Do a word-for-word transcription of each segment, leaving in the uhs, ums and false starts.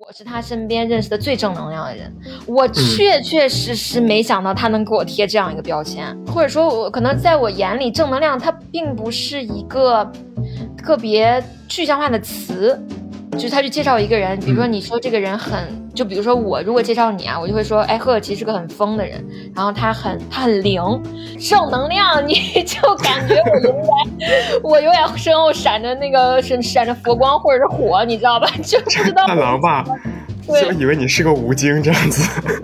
我是他身边认识的最正能量的人，我确确实实没想到他能给我贴这样一个标签，嗯、或者说我可能在我眼里正能量它并不是一个特别具象化的词，就是他去介绍一个人，比如说你说这个人很、嗯、就比如说我如果介绍你啊，我就会说哎，赫其实是个很疯的人，然后他很他很灵，正能量，你就感觉我永远我永远身后闪着那个闪着佛光或者是火，你知道吧？就不知道太狼吧，就以为你是个吴京这样子。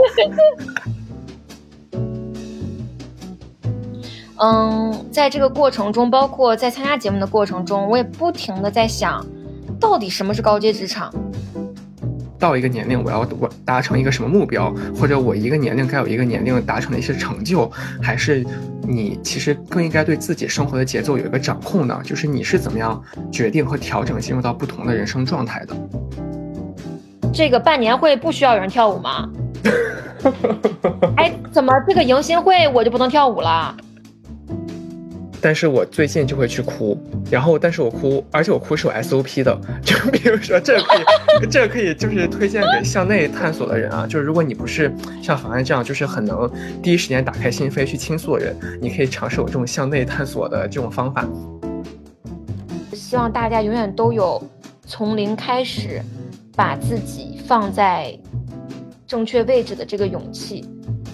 嗯，在这个过程中，包括在参加节目的过程中，我也不停的在想，到底什么是高阶职场？ 到一个年龄我要达成一个什么目标，或者我一个年龄该有一个年龄达成的一些成就，还是你其实更应该对自己生活的节奏有一个掌控呢？就是你是怎么样决定和调整进入到不同的人生状态的？ 这个办年会不需要有人跳舞吗？哎，怎么这个迎新会我就不能跳舞了？ 但是我最近就会去哭，然后但是我哭，而且我哭是有 S O P 的，就比如说这个可以，这个可以就是推荐给向内探索的人啊，就是如果你不是像法安这样就是很能第一时间打开心扉去倾诉的人，你可以尝试我这种向内探索的这种方法。 希望大家永远都有从零开始把自己放在正确位置的这个勇气。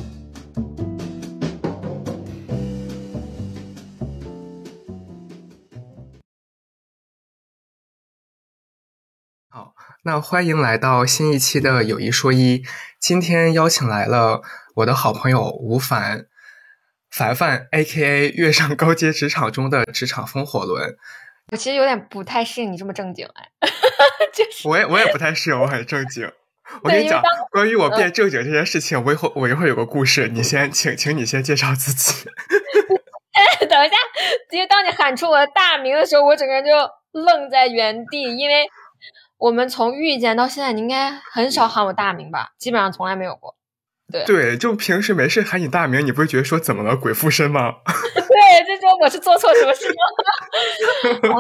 好，那欢迎来到新一期的有一说一，今天邀请来了我的好朋友吴凡，凡凡 A K A 跃上高阶职场中的职场风火轮。 我其实有点不太适应你这么正经哎，就是、 我也我也不太适应我很正经。我跟你讲，关于我变正经这件事情，我一会我一会儿有个故事，你先请请你先介绍自己。 等一下，因为当你喊出我的大名的时候，我整个人就愣在原地，因为我们从遇见到现在，你应该很少喊我大名吧？基本上从来没有过。对对，就平时没事喊你大名，你不会觉得说怎么了，鬼附身吗？ 对，就说我是做错什么事吗？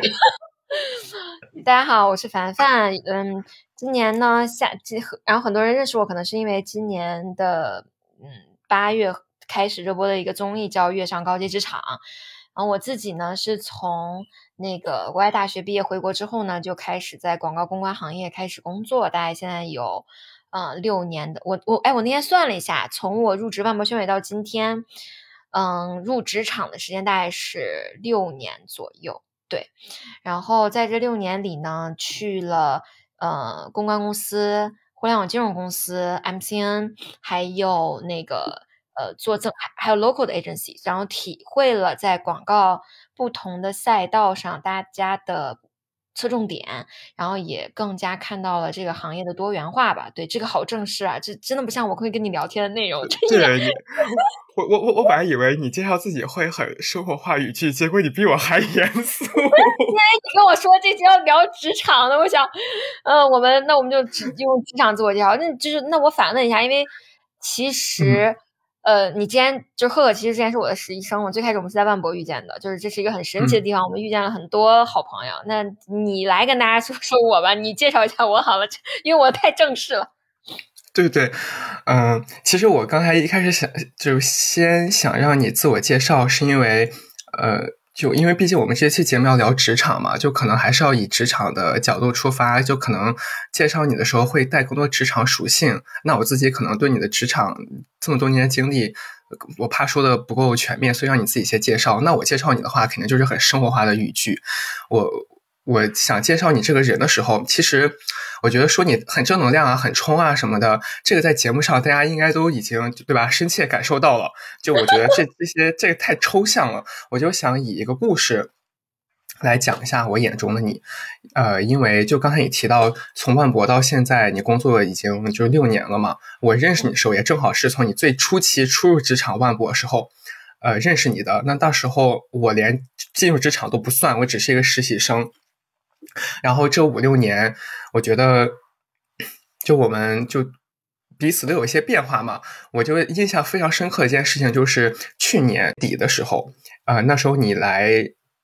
大家好，我是凡凡。嗯，今年呢下，然后很多人认识我，可能是因为今年的嗯八月开始热播的一个综艺叫《跃上高阶职场》。然后我自己呢是从那个国外大学毕业回国之后呢，就开始在广告公关行业开始工作，大概现在有嗯六年的。我我哎，我那天算了一下，从我入职万博宣委到今天，嗯，入职场的时间大概是六年左右。对，然后在这六年里呢，去了呃公关公司、互联网金融公司、M C N， 还有那个呃做正还有 local 的 agency， 然后体会了在广告不同的赛道上大家的侧重点，然后也更加看到了这个行业的多元化吧。对，这个好正式啊，这真的不像我会跟你聊天的内容。 对，你我我我我本来以为你介绍自己会很生活化语句，结果你比我还严肃。因为你跟我说这集要聊职场的，我想，呃，我们那我们就只用职场自我介绍。那就是那我反问一下，因为其实。嗯呃，你之前就赫赫，其实之前是我的实习生，我最开始我们是在万博遇见的，就是这是一个很神奇的地方，嗯、我们遇见了很多好朋友。那你来跟大家说说我吧，你介绍一下我好了，因为我太正式了。 对对，嗯、呃，其实我刚才一开始想就先想让你自我介绍，是因为呃。就因为毕竟我们这期节目要聊职场嘛，就可能还是要以职场的角度出发，就可能介绍你的时候会带更多职场属性。那我自己可能对你的职场这么多年的经历，我怕说的不够全面，所以让你自己先介绍。那我介绍你的话，肯定就是很生活化的语句。我我想介绍你这个人的时候，其实我觉得说你很正能量啊，很冲啊什么的，这个在节目上大家应该都已经对吧深切感受到了。就我觉得这这些这个太抽象了，我就想以一个故事来讲一下我眼中的你。呃，因为就刚才你提到从万博到现在你工作已经就六年了嘛，我认识你的时候也正好是从你最初期初入职场万博的时候呃认识你的。那到时候我连进入职场都不算，我只是一个实习生。然后这五六年我觉得就我们就彼此都有一些变化嘛。我就印象非常深刻的一件事情就是去年底的时候呃，那时候你来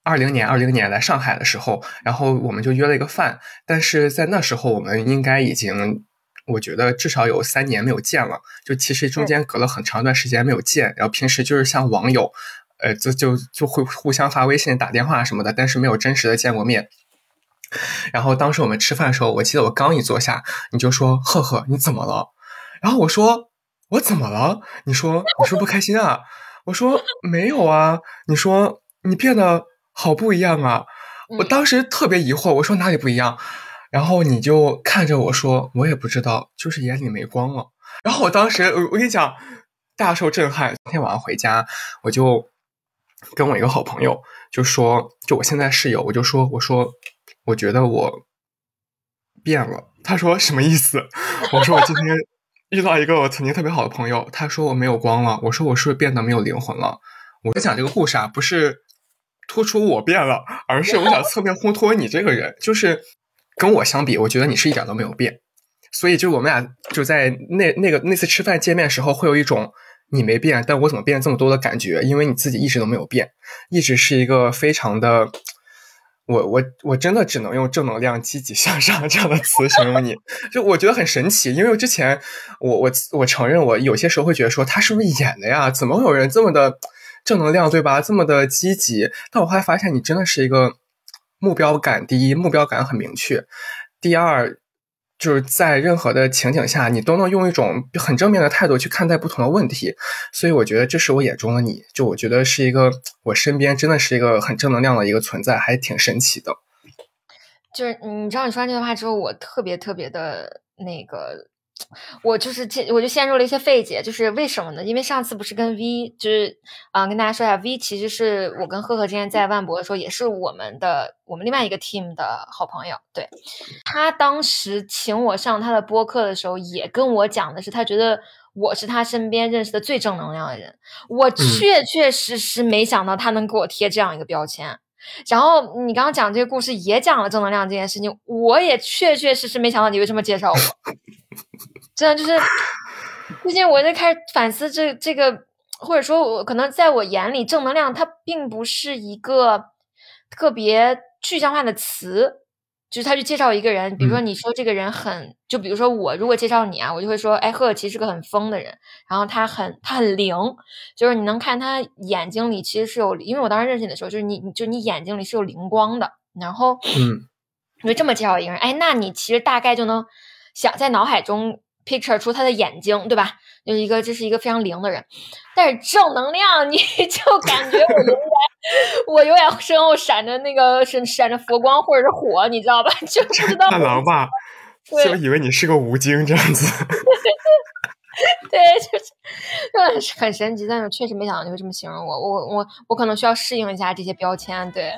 二零年二零年来上海的时候，然后我们就约了一个饭，但是在那时候我们应该已经，我觉得至少有三年没有见了，就其实中间隔了很长一段时间没有见，然后平时就是像网友，呃，就就就会互相发微信、打电话什么的，但是没有真实的见过面。然后当时我们吃饭的时候，我记得我刚一坐下，你就说：“赫赫，你怎么了？”然后我说：“我怎么了？”你说：“你说不开心啊？”我说：“没有啊。”你说：“你变得好不一样啊。”我当时特别疑惑，我说：“哪里不一样？”然后你就看着我说：“我也不知道，就是眼里没光了。”然后我当时，我我跟你讲，大受震撼。那天晚上回家，我就跟我一个好朋友就说，就我现在室友，我就说，我说，我觉得我变了。他说什么意思？我说我今天遇到一个我曾经特别好的朋友，他说我没有光了。我说我是不是变得没有灵魂了？我讲这个故事啊，不是突出我变了，而是我想侧面烘托你这个人，就是跟我相比，我觉得你是一点都没有变。所以就我们俩就在那那个那次吃饭见面的时候，会有一种你没变，但我怎么变这么多的感觉，因为你自己一直都没有变，一直是一个非常的，我我我真的只能用正能量、积极向上这样的词形容你。就我觉得很神奇，因为之前我我我承认我有些时候会觉得说他是不是演的呀？怎么会有人这么的正能量，对吧？这么的积极，但我后来发现你真的是一个目标感，第一，目标感很明确，第二，就是在任何的情景下，你都能用一种很正面的态度去看待不同的问题，所以我觉得这是我眼中的你，就我觉得是一个我身边真的是一个很正能量的一个存在，还挺神奇的。 就是你知道你说完这句话之后，我特别特别的那个，我就是我就陷入了一些费解，就是为什么呢？因为上次不是跟 V 就是啊、呃，跟大家说一下 V 其实是我跟赫赫之前在万博的时候，也是我们的我们另外一个 team 的好朋友。对，他当时请我上他的播客的时候，也跟我讲的是他觉得我是他身边认识的最正能量的人。我确确实实没想到他能给我贴这样一个标签。嗯然后你刚刚讲这个故事也讲了正能量这件事情，我也确确实实没想到你会这么介绍我。真的就是最近我就开始反思这这个，或者说我可能在我眼里正能量它并不是一个特别具象化的词，就是他去介绍一个人，比如说你说这个人很、嗯、就比如说我如果介绍你啊，我就会说哎，赫其实是个很疯的人，然后他很他很灵，就是你能看他眼睛里其实是有，因为我当时认识你的时候就是你就你眼睛里是有灵光的，然后嗯， 你会这么介绍一个人，哎，那你其实大概就能想在脑海中 picture 出他的眼睛，对吧？就是一个这是一个非常灵的人，但是正能量你就感觉我永远我永远身后闪着那个闪闪着佛光或者是火，你知道吧？就不知道太狼吧，就以为你是个吴京这样子。 对，就是就很神奇，但是确实没想到你会这么形容我，我我我可能需要适应一下这些标签，对。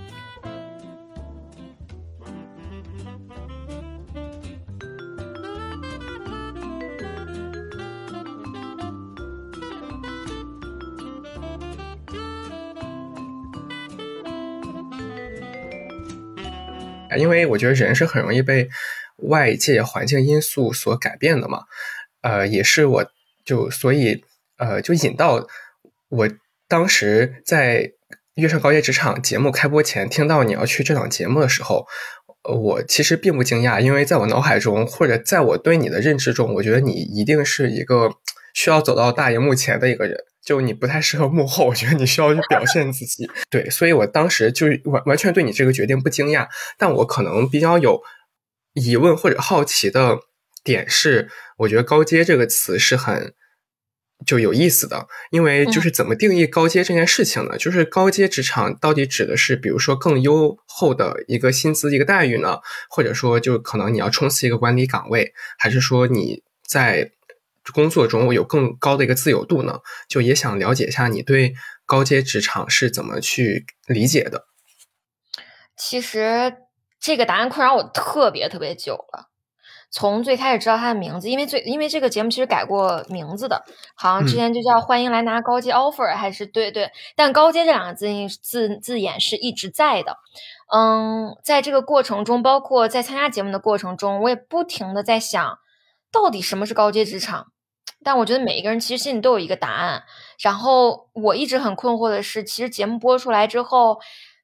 因为我觉得人是很容易被外界环境因素所改变的嘛，呃，也是我就所以呃就引到我当时在跃上高阶职场节目开播前听到你要去这档节目的时候，呃，我其实并不惊讶，因为在我脑海中或者在我对你的认知中，我觉得你一定是一个需要走到大荧幕前的一个人，就你不太适合幕后，我觉得你需要去表现自己。对，所以我当时就完完全对你这个决定不惊讶，但我可能比较有疑问或者好奇的点是，我觉得高阶这个词是很就有意思的，因为就是怎么定义高阶这件事情呢？就是高阶职场到底指的是比如说更优厚的一个薪资一个待遇呢，或者说就可能你要冲刺一个管理岗位，还是说你在工作中有更高的一个自由度呢？就也想了解一下你对高阶职场是怎么去理解的。 其实这个答案困扰我特别特别久了，从最开始知道他的名字，因为最因为这个节目其实改过名字的，好像之前就叫欢迎来拿高阶 offer， 还是对对，但高阶这两个字字字眼是一直在的。嗯，在这个过程中，包括在参加节目的过程中，我也不停的在想，到底什么是高阶职场？但我觉得每一个人其实心里都有一个答案。然后我一直很困惑的是，其实节目播出来之后，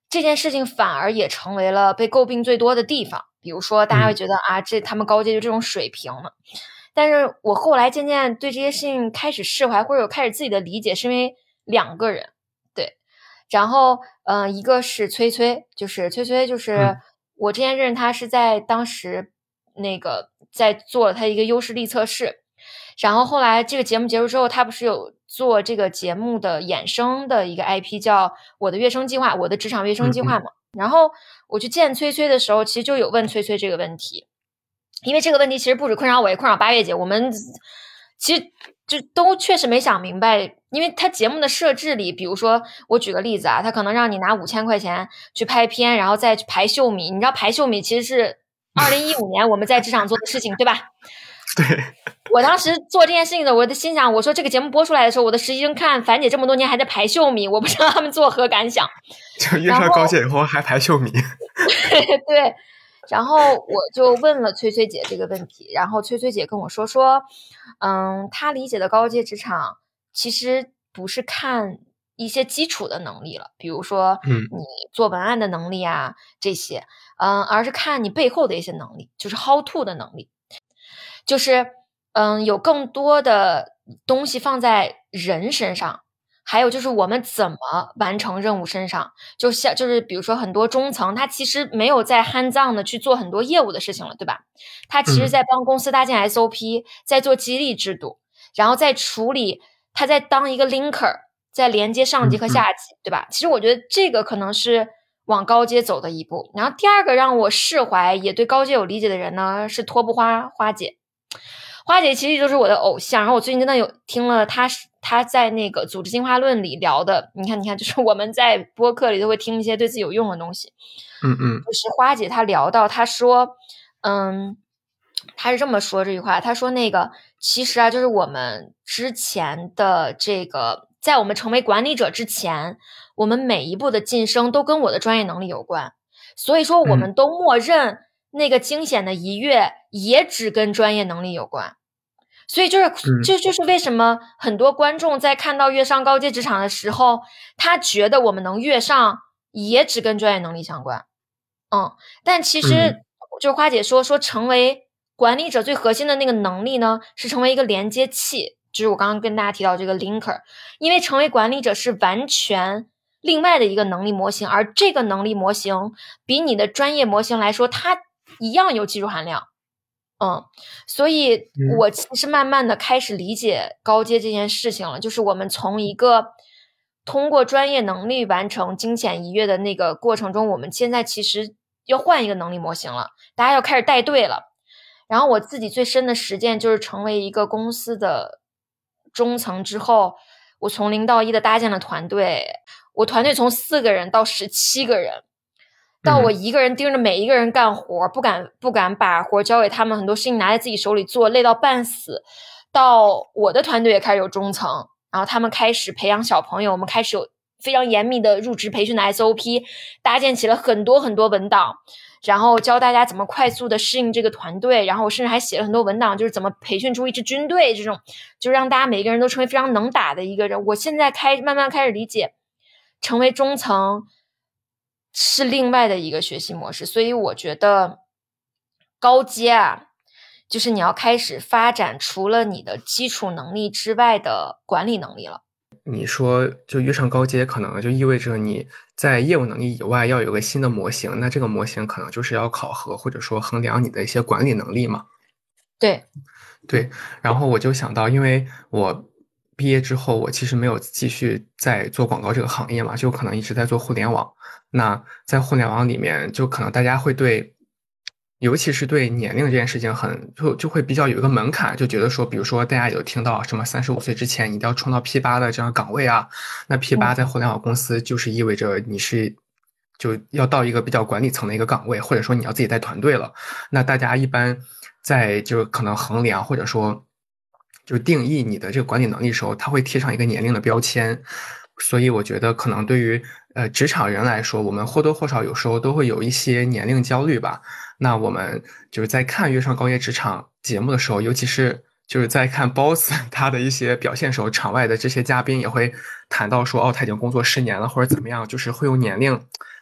这件事情反而也成为了被诟病最多的地方。比如说大家会觉得、嗯、啊，这他们高阶就这种水平了。但是我后来渐渐对这些事情开始释怀，或者有开始自己的理解，是因为两个人。对，然后嗯、呃，一个是崔崔，就是崔崔就是、嗯、我之前认识他是在当时那个在做他一个优势力测试，然后后来这个节目结束之后，他不是有做这个节目的衍生的一个 I P 叫我的跃升计划，我的职场跃升计划嘛。嗯、然后我去见崔崔的时候，其实就有问崔崔这个问题，因为这个问题其实不止困扰我，也困扰八月姐，我们其实就都确实没想明白。因为他节目的设置里，比如说我举个例子啊，他可能让你拿五千块钱去拍片，然后再去排秀米。你知道排秀米其实是二零一五年我们在职场做的事情，对吧？ 对。 我当时做这件事情的，我的心想，我说这个节目播出来的时候，我的实习生看樊姐这么多年还在排秀米，我不知道他们作何感想。 就跃上高阶以后还排秀米。 对。然后我就问了崔崔姐这个问题，然后崔崔姐跟我说说，嗯，她理解的高阶职场其实不是看一些基础的能力了，比如说你做文案的能力啊、嗯、这些，嗯，而是看你背后的一些能力，就是 how to 的能力，就是嗯，有更多的东西放在人身上。还有就是我们怎么完成任务身上，就像就是比如说很多中层，他其实没有在hands on的去做很多业务的事情了，对吧？他其实在帮公司搭建 S O P，、嗯、在做激励制度，然后在处理，他在当一个 linker， 在连接上级和下级，嗯、对吧？其实我觉得这个可能是往高阶走的一步。然后第二个让我释怀也对高阶有理解的人呢，是托布花花姐。花姐其实就是我的偶像，然后我最近真的有听了她她在那个组织进化论里聊的，你看你看，就是我们在播客里都会听一些对自己有用的东西。 嗯嗯， 就是花姐她聊到，她说，嗯，她是这么说这句话，她说那个其实啊，就是我们之前的这个，在我们成为管理者之前，我们每一步的晋升都跟我的专业能力有关，所以说我们都默认那个惊险的一跃也只跟专业能力有关。所以就是这就是为什么很多观众在看到跃上高阶职场的时候，他觉得我们能跃上也只跟专业能力相关。嗯，但其实就是花姐说说成为管理者最核心的那个能力呢，是成为一个连接器，就是我刚刚跟大家提到这个 linker， 因为成为管理者是完全另外的一个能力模型，而这个能力模型比你的专业模型来说，它一样有技术含量。嗯，所以我其实慢慢的开始理解高阶这件事情了，就是我们从一个通过专业能力完成惊险一跃的那个过程中，我们现在其实要换一个能力模型了，大家要开始带队了。然后我自己最深的实践就是成为一个公司的中层之后，我从零到一的搭建了团队，我团队从四个人到十七个人。到我一个人盯着每一个人干活，不敢不敢把活交给他们，很多事情拿在自己手里做，累到半死。到我的团队也开始有中层，然后他们开始培养小朋友，我们开始有非常严密的入职培训的 S O P， 搭建起了很多很多文档，然后教大家怎么快速的适应这个团队，然后我甚至还写了很多文档，就是怎么培训出一支军队，这种就让大家每个人都成为非常能打的一个人。我现在开慢慢开始理解，成为中层是另外的一个学习模式，所以我觉得高阶啊，就是你要开始发展除了你的基础能力之外的管理能力了。 你说就跃上高阶，可能就意味着你在业务能力以外要有个新的模型，那这个模型可能就是要考核或者说衡量你的一些管理能力嘛。 对对，然后我就想到，因为我毕业之后，我其实没有继续在做广告这个行业嘛，就可能一直在做互联网。那在互联网里面，就可能大家会对，尤其是对年龄这件事情很就就会比较有一个门槛，就觉得说，比如说大家有听到什么三十五岁之前一定要冲到 P 八的这样岗位啊，那 P 八在互联网公司就是意味着你是就要到一个比较管理层的一个岗位，或者说你要自己带团队了。那大家一般在就可能衡量或者说就定义你的这个管理能力的时候，他会贴上一个年龄的标签。所以我觉得可能对于呃职场人来说，我们或多或少有时候都会有一些年龄焦虑吧。那我们就是在看跃上高阶职场节目的时候，尤其是就是在看 boss 他的一些表现时候，场外的这些嘉宾也会谈到说，哦，他已经工作十年了或者怎么样，就是会用年龄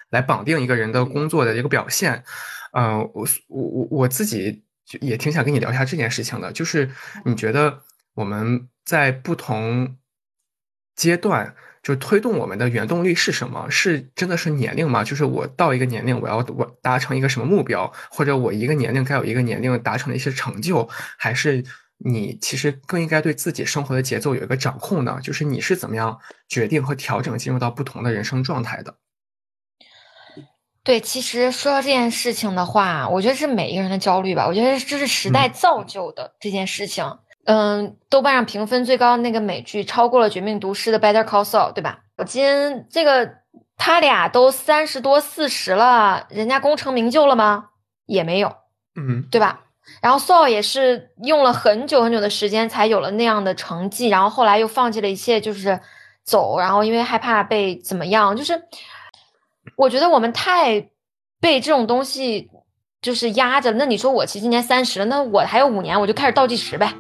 来绑定一个人的工作的一个表现。嗯、呃，我我我我自己也挺想跟你聊一下这件事情的，就是你觉得我们在不同阶段就推动我们的原动力是什么？是真的是年龄吗？就是我到一个年龄，我要我达成一个什么目标，或者我一个年龄该有一个年龄达成的一些成就，还是你其实更应该对自己生活的节奏有一个掌控呢？就是你是怎么样决定和调整进入到不同的人生状态的？ 对，其实说到这件事情的话，我觉得是每一个人的焦虑吧。我觉得这是时代造就的这件事情。嗯，豆瓣上评分最高的那个美剧超过了《绝命毒师》的《Better Call Saul》，对吧？我今这个他俩都三十多四十了，人家功成名就了吗？也没有， 嗯， 对吧？然后 Saul 也是用了很久很久的时间才有了那样的成绩，然后后来又放弃了一切，就是走，然后因为害怕被怎么样，就是我觉得我们太被这种东西就是压着。那你说我其实今年三十了，那我还有五年，我就开始倒计时呗。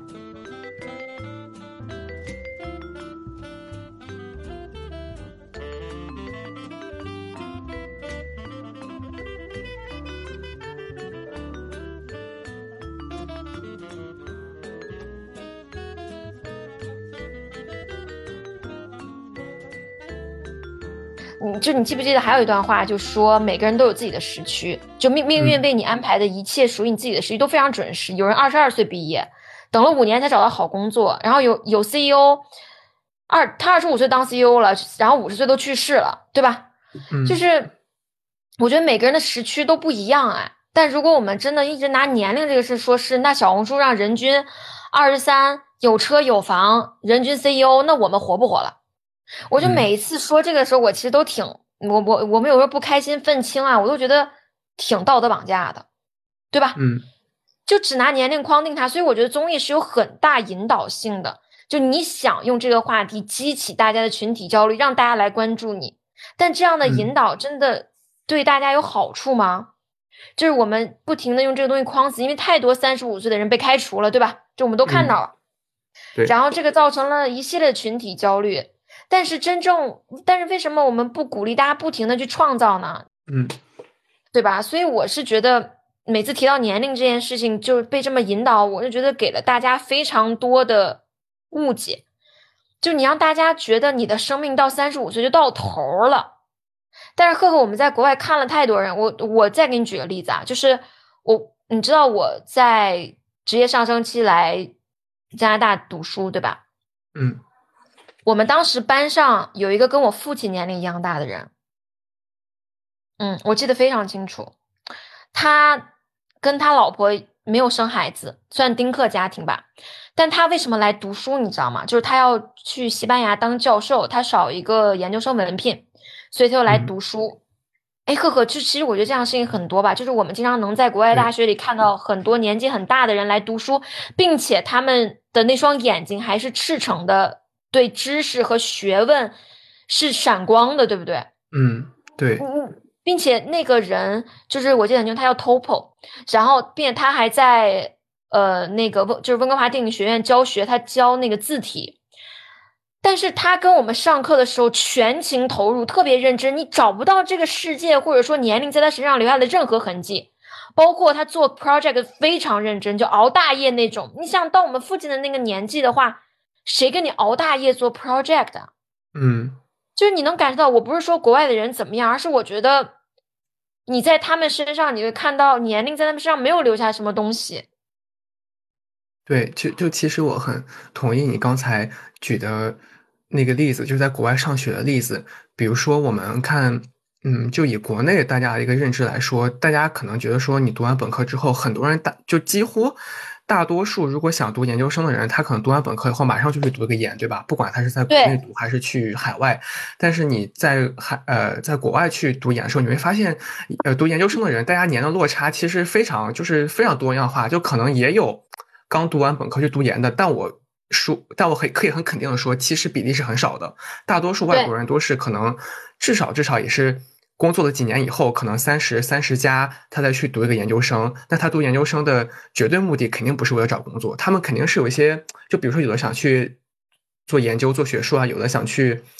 你就你记不记得还有一段话，就说每个人都有自己的时区，就命命运为你安排的一切属于你自己的时区都非常准时。有人二十二岁毕业，等了五年才找到好工作，然后有有 C E O， 二他二十五岁当 C E O 了，然后五十岁都去世了，对吧？ 嗯， 就是我觉得每个人的时区都不一样哎。但如果我们真的一直拿年龄这个事说事，那小红书让人均二十三有车有房，人均 C E O， 那我们活不活了？我就每一次说这个时候，我其实都挺我我我没有说不开心愤青啊，我都觉得挺道德绑架的，对吧？ 嗯， 就只拿年龄框定它，所以我觉得综艺是有很大引导性的。就你想用这个话题激起大家的群体焦虑，让大家来关注你，但这样的引导真的对大家有好处吗？就是我们不停的用这个东西框死，因为太多三十五岁的人被开除了，对吧？这我们都看到了。 对。 然后这个造成了一系列的群体焦虑。但是真正，但是为什么我们不鼓励大家不停的去创造呢？ 嗯， 对吧？所以我是觉得每次提到年龄这件事情，就被这么引导，我就觉得给了大家非常多的误解。就你让大家觉得你的生命到三十五岁就到头了。但是赫赫，我们在国外看了太多人，我我再给你举个例子啊，就是我你知道我在职业上升期来加拿大读书，对吧？ 嗯。 我们当时班上有一个跟我父亲年龄一样大的人，嗯，我记得非常清楚。他跟他老婆没有生孩子，算丁克家庭吧。但他为什么来读书，你知道吗？就是他要去西班牙当教授，他少一个研究生文凭，所以他就来读书。哎、嗯，赫赫，就其实我觉得这样的事情很多吧，就是我们经常能在国外大学里看到很多年纪很大的人来读书，并且他们的那双眼睛还是赤诚的。对知识和学问是闪光的，对不对？ 嗯，对。 嗯，并且那个人就是我记得很清楚，他叫 Topo， 然后并且他还在呃那个温就是温哥华电影学院教学，他教那个字体。但是他跟我们上课的时候全情投入，特别认真，你找不到这个世界或者说年龄在他身上留下的任何痕迹。包括他做 project 非常认真，就熬大夜那种。你想到我们父亲的那个年纪的话，谁跟你熬大夜做 project 啊？ 嗯， 就是你能感受到，我不是说国外的人怎么样，而是我觉得你在他们身上，你会看到年龄在他们身上没有留下什么东西。 对，就就其实我很同意你刚才举的那个例子，就是在国外上学的例子。比如说，我们看，嗯，就以国内大家的一个认知来说，大家可能觉得说，你读完本科之后，很多人大就几乎大多数如果想读研究生的人，他可能读完本科以后马上就去读一个研，对吧？不管他是在国内读还是去海外。但是你在海呃在国外去读研的时候，你会发现，呃，读研究生的人，大家年龄落差其实非常就是非常多样化，就可能也有刚读完本科去读研的，但我说，但我可以可以很肯定的说，其实比例是很少的。大多数外国人都是可能至少至少也是工作了几年以后，可能三十三十加，他再去读一个研究生。那他读研究生的绝对目的肯定不是为了找工作，他们肯定是有一些，就比如说有的想去做研究做学术啊，有的想去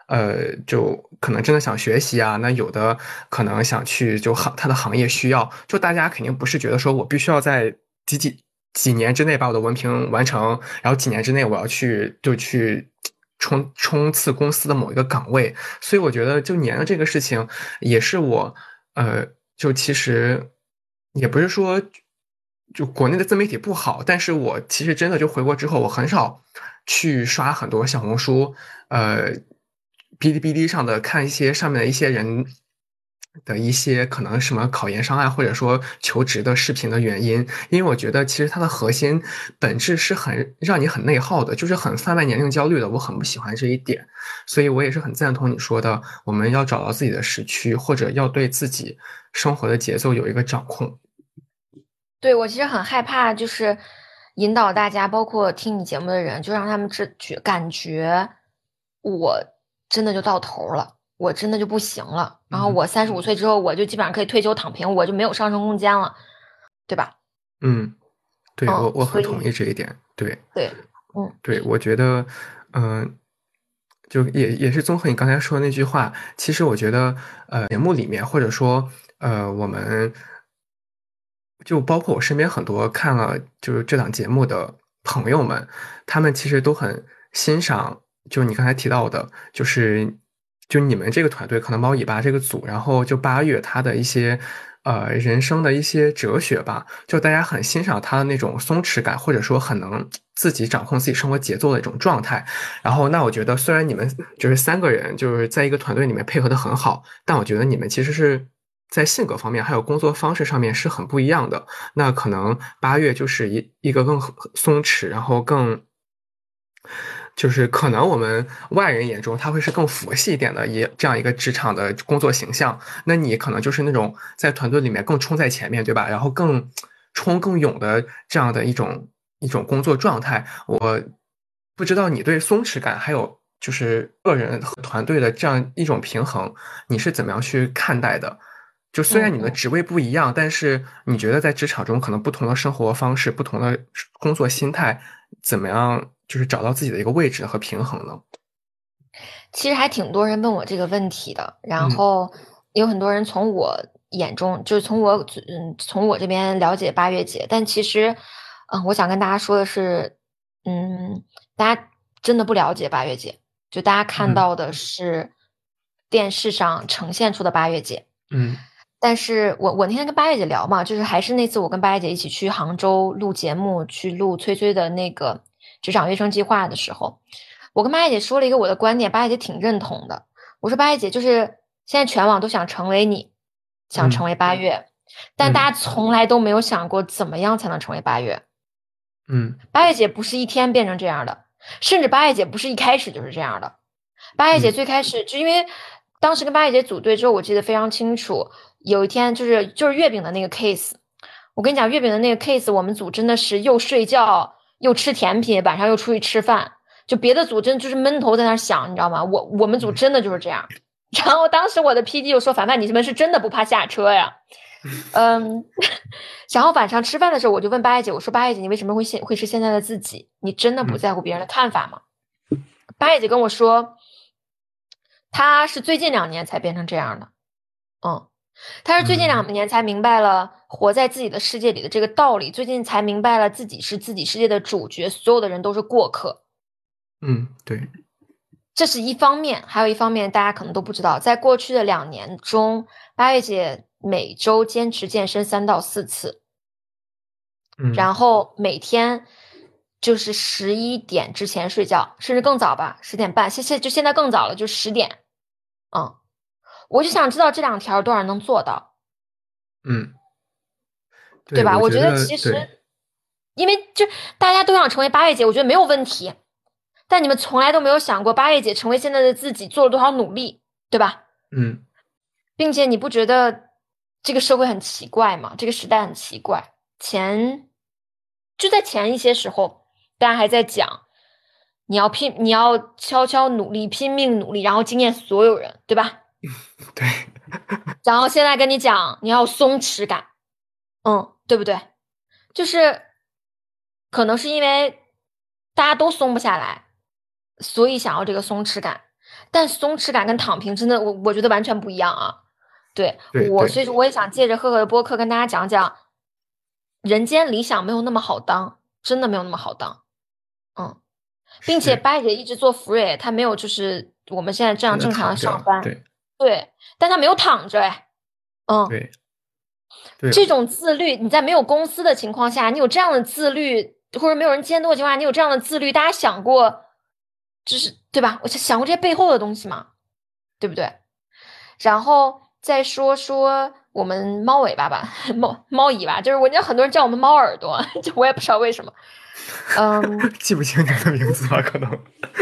呃，就可能真的想学习啊，那有的可能想去就行他的行业需要，就大家肯定不是觉得说我必须要在几几几年之内把我的文凭完成，然后几年之内我要去就去冲冲刺公司的某一个岗位，所以我觉得就年的这个事情也是我呃，就其实也不是说就国内的自媒体不好，但是我其实真的就回国之后，我很少去刷很多小红书，呃，哔哩哔哩上的看一些上面的一些人的一些可能什么考研伤害或者说求职的视频的原因，因为我觉得其实它的核心本质是很让你很内耗的，就是很贩卖年龄焦虑的，我很不喜欢这一点，所以我也是很赞同你说的，我们要找到自己的时区，或者要对自己生活的节奏有一个掌控。 对，我其实很害怕，就是引导大家，包括听你节目的人，就让他们知觉感觉我真的就到头了，我真的就不行了。然后嗯我三十五岁之后，我就基本上可以退休躺平，我就没有上升空间了，对吧？ 嗯，对，我嗯， 我很同所以意这一点。对对，嗯对，我觉得，嗯、就也也是综合你刚才说的那句话，其实我觉得，呃，节目里面或者说，呃，我们就包括我身边很多看了就是这档节目的朋友们，他们其实都很欣赏，就你刚才提到的，就是就你们这个团队，可能猫尾巴这个组，然后就八月他的一些呃人生的一些哲学吧，就大家很欣赏他的那种松弛感，或者说很能自己掌控自己生活节奏的一种状态。然后，那我觉得虽然你们就是三个人就是在一个团队里面配合的很好，但我觉得你们其实是在性格方面还有工作方式上面是很不一样的。那可能八月就是一一个更松弛，然后更就是可能我们外人眼中他会是更佛系一点的一这样一个职场的工作形象。那你可能就是那种在团队里面更冲在前面，对吧？然后更冲更勇的这样的一种一种工作状态。我不知道你对松弛感还有就是个人和团队的这样一种平衡，你是怎么样去看待的？就虽然嗯嗯。 你们的职位不一样，但是你觉得在职场中可能不同的生活方式、不同的工作心态，怎么样就是找到自己的一个位置和平衡呢？ 其实还挺多人问我这个问题的，然嗯后有很多人从我眼中，就是从我嗯从我这边了解八月节，但其实，嗯，我想跟大家说的是，嗯，大家真的不了解八月节，就大家看嗯到的是电视上呈现出的八月节， 嗯但是我我那天跟八月姐聊嘛，就是还是那次我跟八月姐一起去杭州录节目，去录崔崔的那个职场跃升计划的时候，我跟八月姐说了一个我的观点，八月姐挺认同的。我说八月姐就是现在全网都想成为你，想成嗯为八月，但嗯大家从来都没有想过怎么样才能成为八月。 嗯八月姐不是一天变成这样的，甚至八月姐不是一开始就是这样的。八月姐嗯最开始就因为当时跟八月姐组队之后，我记得非常清楚。有一天就是就是月饼的那个 case，我跟你讲，月饼的那个 case，我们组真的是又睡觉又吃甜品，晚上又出去吃饭，就别的组真的就是闷头在那想，你知道吗？我我们组真的就是这样。然后当时我的 P D 就说：“凡凡，你们是真的不怕下车呀？”嗯，然后晚上吃饭的时候，我就问八月姐，我说：“八月姐，你为什么会现会是现在的自己？你真的不嗯在乎别人的看法吗？”八月姐跟我说，她是最近两年才变成这样的。嗯，她是最近嗯两年才明白了活在自己的世界里的这个道理，最近才明白了自己是自己世界的主角，所有的人都是过客。 嗯，对， 这是一方面，还有一方面大家可能都不知道，在过去的两年中，八月姐每周坚持健身三到四次， 嗯然后每天就是十一点之前睡觉，甚至更早吧，十点半，现现就现在更早了，就十点。嗯，我就想知道这两条多少人能做到， 嗯，对， 对吧？ 我觉我觉得得对， 其实，因为就大家都想成为八月姐，我觉得没有问题，但你们从来都没有想过八月姐成为现在的自己做了多少努力，对吧？ 嗯并且你不觉得这个社会很奇怪吗？这个时代很奇怪。前就在前一些时候，大家还在讲你要拼，你要悄悄努力，拼命努力，然后惊艳所有人，对吧？ 对， 然后现在跟你讲你要有松弛感，嗯，对不对？就是可能是因为大家都松不下来，所以想要这个松弛感。 但松弛感跟躺平真的，我我觉得完全不一样啊。对， 对对， 我所以说我也想借着赫赫的播客跟大家讲讲，人间理想没有那么好当，真的没有那么好当。嗯，并且是八姐一直做 free，她没有就是我们现在这样真的正常的躺着， 上班， 对对，但她没有躺着哎。嗯， 对对， 这种自律，你在没有公司的情况下，你有这样的自律，或者没有人监督的情况下，你有这样的自律，大家想过，就是对吧？我就想过这些背后的东西嘛，对不对？然后再说说我们猫尾巴吧，猫猫尾巴，就是我知道很多人叫我们猫耳朵，就我也不知道为什么。嗯， 记不清你的名字了，可能。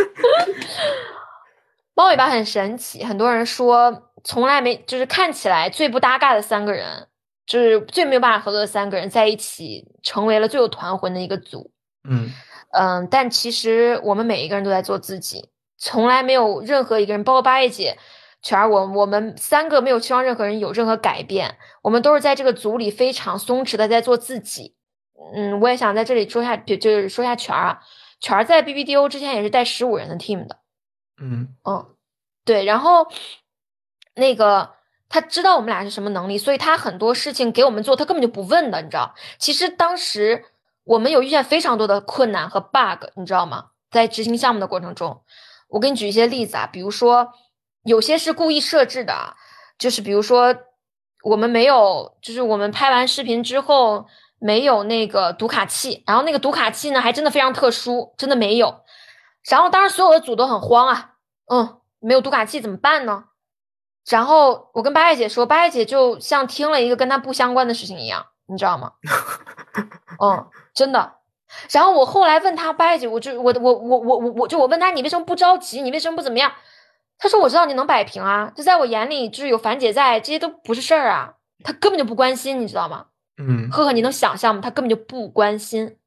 猫尾巴很神奇，很多人说从来没，就是看起来最不搭嘎的三个人，就是最没有办法合作的三个人在一起，成为了最有团魂的一个组。 嗯嗯，但其实我们每一个人都在做自己，从来没有任何一个人，包括八月姐、全儿，我我们三个没有期望任何人有任何改变，我们都是在这个组里非常松弛的在做自己。嗯，我也想在这里说一下，就是说一下全儿啊，全儿在 B B D O 之前也是带十五人的 team 的。 嗯嗯，对，然后那个他知道我们俩是什么能力，所以他很多事情给我们做，他根本就不问的，你知道？其实当时我们有遇见非常多的困难和 bug，你知道吗？在执行项目的过程中，我给你举一些例子啊，比如说有些是故意设置的啊，就是比如说我们没有，就是我们拍完视频之后没有那个读卡器，然后那个读卡器呢还真的非常特殊，真的没有。然后当时所有的组都很慌啊，嗯，没有读卡器怎么办呢？然后我跟八月姐说，八月姐就像听了一个跟她不相关的事情一样，你知道吗？嗯，真的。然后我后来问她，八月姐，我就我我我我我我就我问她，你为什么不着急？你为什么不怎么样？她说我知道你能摆平啊，就在我眼里，就是有樊姐在，这些都不是事儿啊。她根本就不关心，你知道吗？ 嗯赫赫，你能想象吗？她根本就不关心。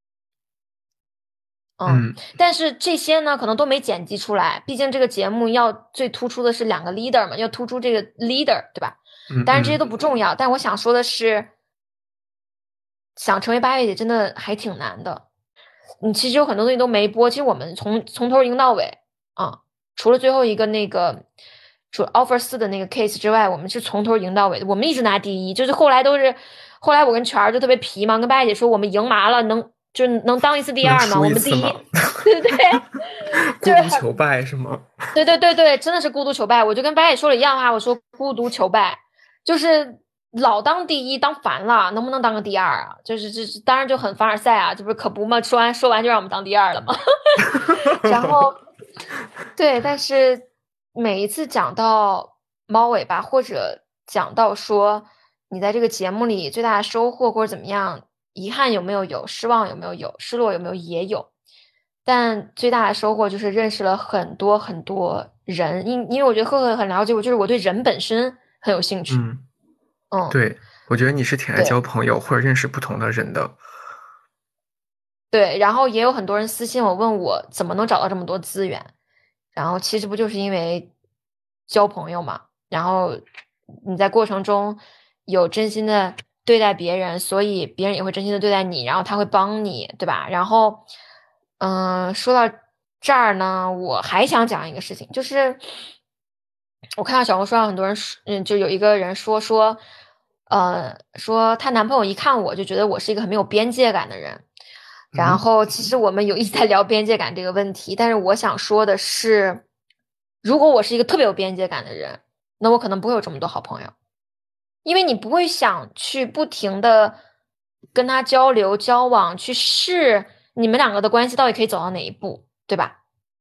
嗯， 嗯但是这些呢，可能都没剪辑出来。毕竟这个节目要最突出的是两个 leader 嘛，要突出这个 leader，对吧？ 嗯嗯当然这些都不重要。但我想说的是，想成为八月姐真的还挺难的。你其实有很多东西都没播，其实我们从从头赢到尾啊，除了最后一个那个，除了 offer 四的那个 case 之外，我们是从头赢到尾的。我们一直拿第一，就是后来都是，后来我跟全儿就特别皮嘛，跟八月姐说我们赢麻了，能就是能当一次第二吗？ 能输我们第一， 一次吗？ 对对对，就是很孤独求败是吗？ 对对对对，真的是孤独求败。我就跟八姐说了一样话，我说孤独求败，就是老当第一当烦了，能不能当个第二啊？就是这当然就很凡尔赛啊，这不是可不嘛？说完说完就让我们当第二了嘛。然后对，但是每一次讲到猫尾巴，或者讲到说你在这个节目里最大的收获或者怎么样，遗憾有没有有，失望有没有有，失落有没有也有。但最大的收获就是认识了很多很多人，因因为我觉得赫赫很了解我，就是我对人本身很有兴趣。 嗯， 嗯， 对，我觉得你是挺爱对交朋友或者认识不同的人的。 对，然后也有很多人私信我问我怎么能找到这么多资源，然后其实不就是因为交朋友嘛，然后你在过程中有真心的对待别人，所以别人也会真心的对待你，然后他会帮你，对吧？然后，嗯、说到这儿呢，我还想讲一个事情，就是我看到小红书上很多人说，嗯，就有一个人说说，呃，说她男朋友一看我就觉得我是一个很没有边界感的人。然嗯后其实我们有一直在聊边界感这个问题，但是我想说的是，如果我是一个特别有边界感的人，那我可能不会有这么多好朋友，因为你不会想去不停的跟他交流交往，去试你们两个的关系到底可以走到哪一步，对吧？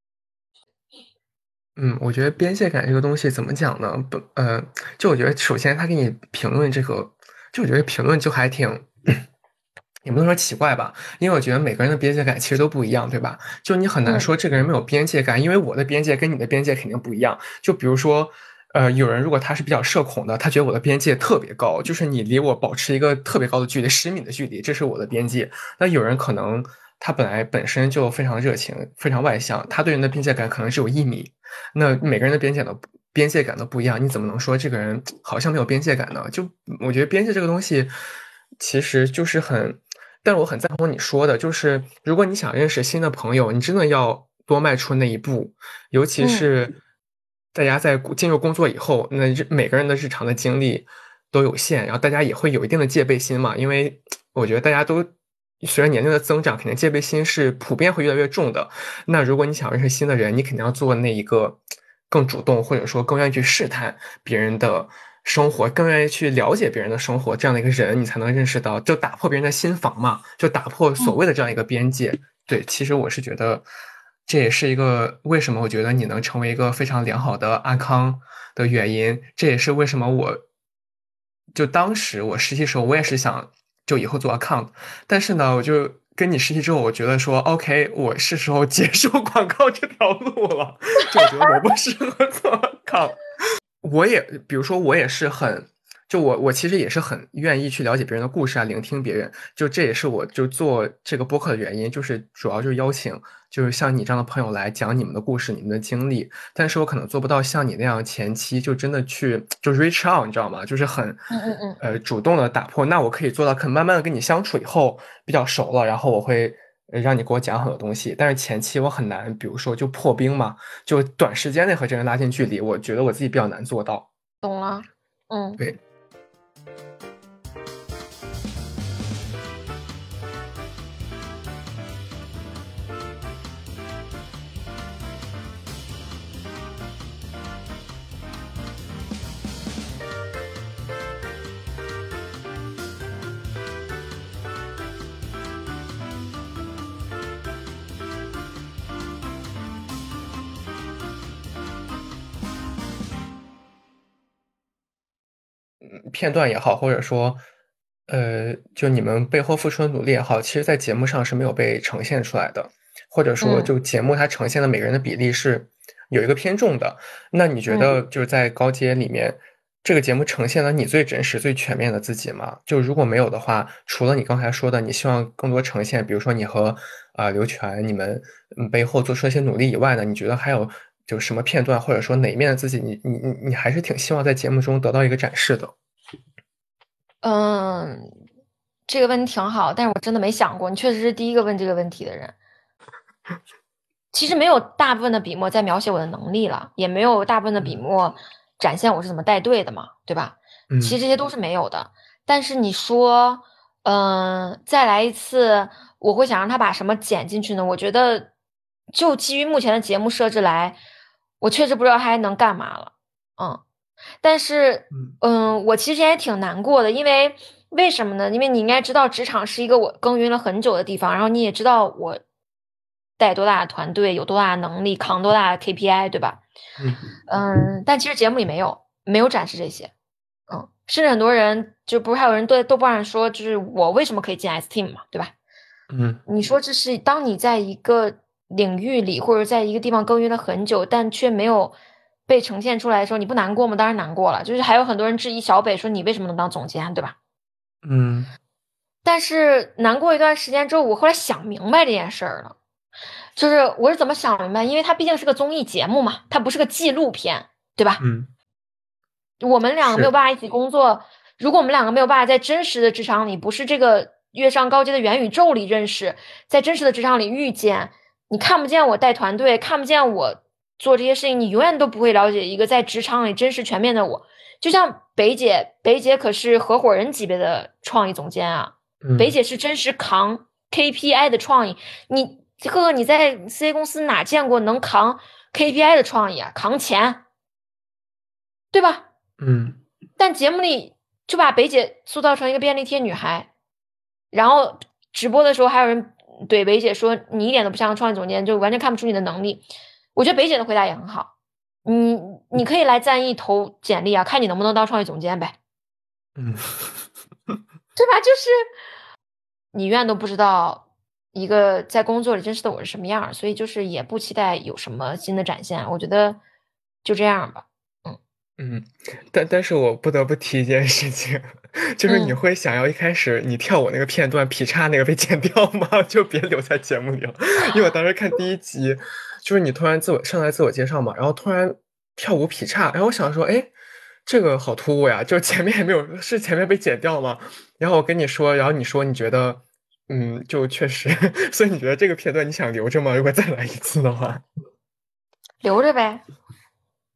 嗯，我觉得边界感这个东西怎么讲呢？不，呃，就我觉得首先他给你评论这个，就我觉得评论就还挺。也不能说奇怪吧，因为我觉得每个人的边界感其实都不一样，对吧？就你很难嗯说这个人没有边界感，因为我的边界跟你的边界肯定不一样。就比如说，呃，有人如果他是比较社恐的，他觉得我的边界特别高，就是你离我保持一个特别高的距离，十米的距离，这是我的边界。那有人可能他本来本身就非常热情，非常外向，他对人的边界感可能只有一米。那每个人的边界的边界感都不一样，你怎么能说这个人好像没有边界感呢？就我觉得边界这个东西，其实就是很。但我很赞同你说的，就是如果你想认识新的朋友，你真的要多迈出那一步，尤其嗯是大家在进入工作以后，那每个人的日常的经历都有限，然后大家也会有一定的戒备心嘛，因为我觉得大家都随着年龄的增长，肯定戒备心是普遍会越来越重的。那如果你想认识新的人，你肯定要做那一个更主动，或者说更愿意去试探别人的生活，更愿意去了解别人的生活，这样的一个人，你才能认识到，就打破别人的心防嘛，就打破所谓的这样一个边界。嗯、对，其实我是觉得，这也是一个为什么我觉得你能成为一个非常良好的阿康的原因。这也是为什么我，就当时我实习时候，我也是想就以后做 account，但是呢，我就跟你实习之后，我觉得说 OK，我是时候结束广告这条路了，就我觉得我不适合做 account。我也比如说我也是很就我我其实也是很愿意去了解别人的故事啊，聆听别人，就这也是我就做这个播客的原因，就是主要就是邀请就是像你这样的朋友来讲你们的故事，你们的经历。但是我可能做不到像你那样前期就真的去就 reach out， 你知道吗？就是很嗯嗯嗯呃主动的打破。那我可以做到，可能慢慢的跟你相处以后比较熟了，然后我会让你给我讲很多东西。但是前期我很难，比如说就破冰嘛，就短时间内和这人拉近距离，我觉得我自己比较难做到。 懂了，嗯， 对。片段也好，或者说，呃，就你们背后付出的努力也好，其实在节目上是没有被呈现出来的，或者说，就节目它呈现的每个人的比例是有一个偏重的。那你觉得就是在高阶里面，这个节目呈现了你最真实、最全面的自己吗？就如果没有的话，除了你刚才说的，你希望更多呈现，比如说你和啊、呃、刘全你们背后做出一些努力以外呢，你觉得还有就什么片段，或者说哪一面的自己，你你你你还是挺希望在节目中得到一个展示的？ 嗯，这个问题挺好，但是我真的没想过，你确实是第一个问这个问题的人。其实没有大部分的笔墨在描写我的能力了，也没有大部分的笔墨展现我是怎么带队的嘛，对吧？ 嗯， 其实这些都是没有的。但是你说，嗯、呃，再来一次，我会想让他把什么剪进去呢？我觉得，就基于目前的节目设置来，我确实不知道他还能干嘛了。嗯。但是，嗯，我其实也挺难过的，因为为什么呢？因为你应该知道，职场是一个我耕耘了很久的地方，然后你也知道我带多大的团队，有多大的能力，扛多大的 K P I，对吧？ 嗯嗯，但其实节目里没有，没有展示这些，嗯，甚至很多人就不是还有人对豆瓣上说，就是我为什么可以进 S Team 嘛，对吧？ 嗯你说这是当你在一个领域里或者在一个地方耕耘了很久，但却没有被呈现出来的时候，你不难过吗？当然难过了。就是还有很多人质疑小北说你为什么能当总监，对吧？ 嗯但是难过一段时间之后，我后来想明白这件事儿了，就是我是怎么想明白？因为它毕竟是个综艺节目嘛，它不是个纪录片，对吧？ 嗯， 我们两个没有是， 办法一起工作，如果我们两个没有办法在真实的职场里，不是这个跃上高阶的元宇宙里认识，在真实的职场里遇见，你看不见我带团队，看不见我做这些事情，你永远都不会了解一个在职场里真实全面的我。就像北姐，北姐可是合伙人级别的创意总监啊，北嗯姐是真实扛 K P I 的创意。你赫赫，你在 C A 公司哪见过能扛 K P I 的创意啊？扛钱，对吧？ 嗯但节目里就把北姐塑造成一个便利贴女孩，然后直播的时候还有人怼北姐说你一点都不像创意总监，就完全看不出你的能力。我觉得北姐的回答也很好，你你可以来赞意投简历啊，看你能不能当创意总监呗， 嗯对吧？就是你永远都不知道一个在工作里真实的我是什么样，所以就是也不期待有什么新的展现。我觉得就这样吧，嗯嗯，但但是我不得不提一件事情，就是你嗯。 会想要一开始你跳舞那个片段劈叉那个被剪掉吗？就别留在节目里了，因为我当时看第一集，就是你突然自我上来自我介绍嘛，然后突然跳舞劈叉，然后我想说，哎，这个好突兀呀，就前面还没有，是前面被剪掉吗？然后我跟你说，然后你说你觉得，嗯，就确实，所以你觉得这个片段你想留着吗？如果再来一次的话， 留着呗。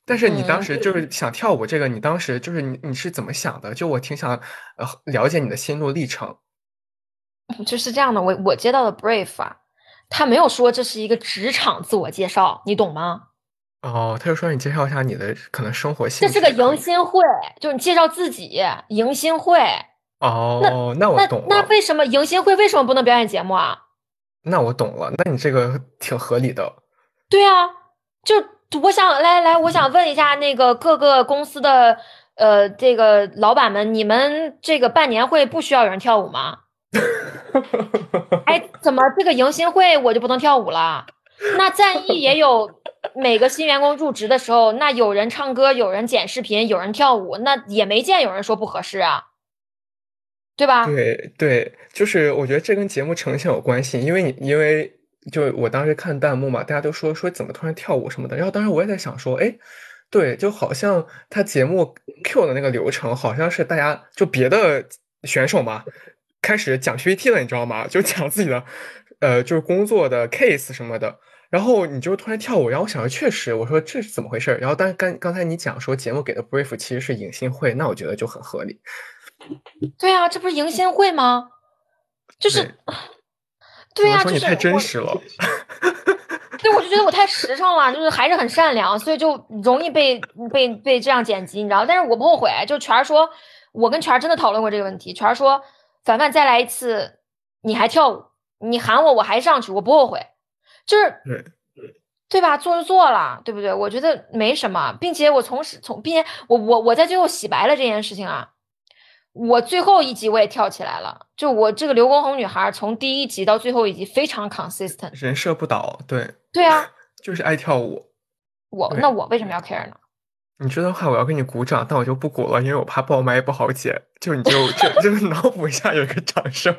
但是你当嗯， 时就是想跳舞这个，你当时就是你你是怎么想的？就我挺想呃了解你的心路历程。 就是这样的。我我接到的 brief 啊，他没有说这是一个职场自我介绍，你懂吗？ 哦，他就说你介绍一下你的可能生活兴这是个趣可以。 迎新会，就是你介绍自己，迎新会。那哦，那我那懂了， 那为什么迎新会为什么不能表演节目啊？ 那我懂了，那你这个挺合理的。 对啊，就我想来来，我想问一下那个各个公司的呃这个老板们，你们这个办年会不需要有人跳舞吗？哎，怎么这个迎新会我就不能跳舞了？那战役也有每个新员工入职的时候，那有人唱歌，有人剪视频，有人跳舞，那也没见有人说不合适啊，对吧？ 对对，就是我觉得这跟节目呈现有关系，因为你因为就我当时看弹幕嘛，大家都说说怎么突然跳舞什么的，然后当时我也在想说，哎，对，就好像他节目 Q 的那个流程，好像是大家就别的选手嘛，开始讲 P P T 了，你知道吗？就讲自己的呃就是工作的 case 什么的，然后你就突然跳舞，然后我想着确实，我说这是怎么回事？然后但刚刚才你讲说节目给的 brief 其实是迎新会，那我觉得就很合理。 对啊，这不是迎新会吗？就对， 是，对呀、 只能说你太就是我， 真实了。 对，我就觉得我太实诚了，就是还是很善良，所以就容易被被被这样剪辑，你知道？但是我不后悔，就全儿说，我跟全儿真的讨论过这个问题，全儿说，凡凡再来一次，你还跳舞，你喊我我还上去，我不后悔，就是对， 对吧？做就做了，对不对？我觉得没什么，并且我从始从，并且我我我在最后洗白了这件事情啊。我最后一集我也跳起来了，就我这个刘畊宏女孩，从第一集到最后一集非常 consistent。 人设不倒，对， 对啊， 就是爱跳舞。 我那对， 我为什么要 care 呢？ 你这段话我要给你鼓掌，但我就不鼓了，因为我怕爆麦不好剪。就你就这这个脑补一下，有一个掌声。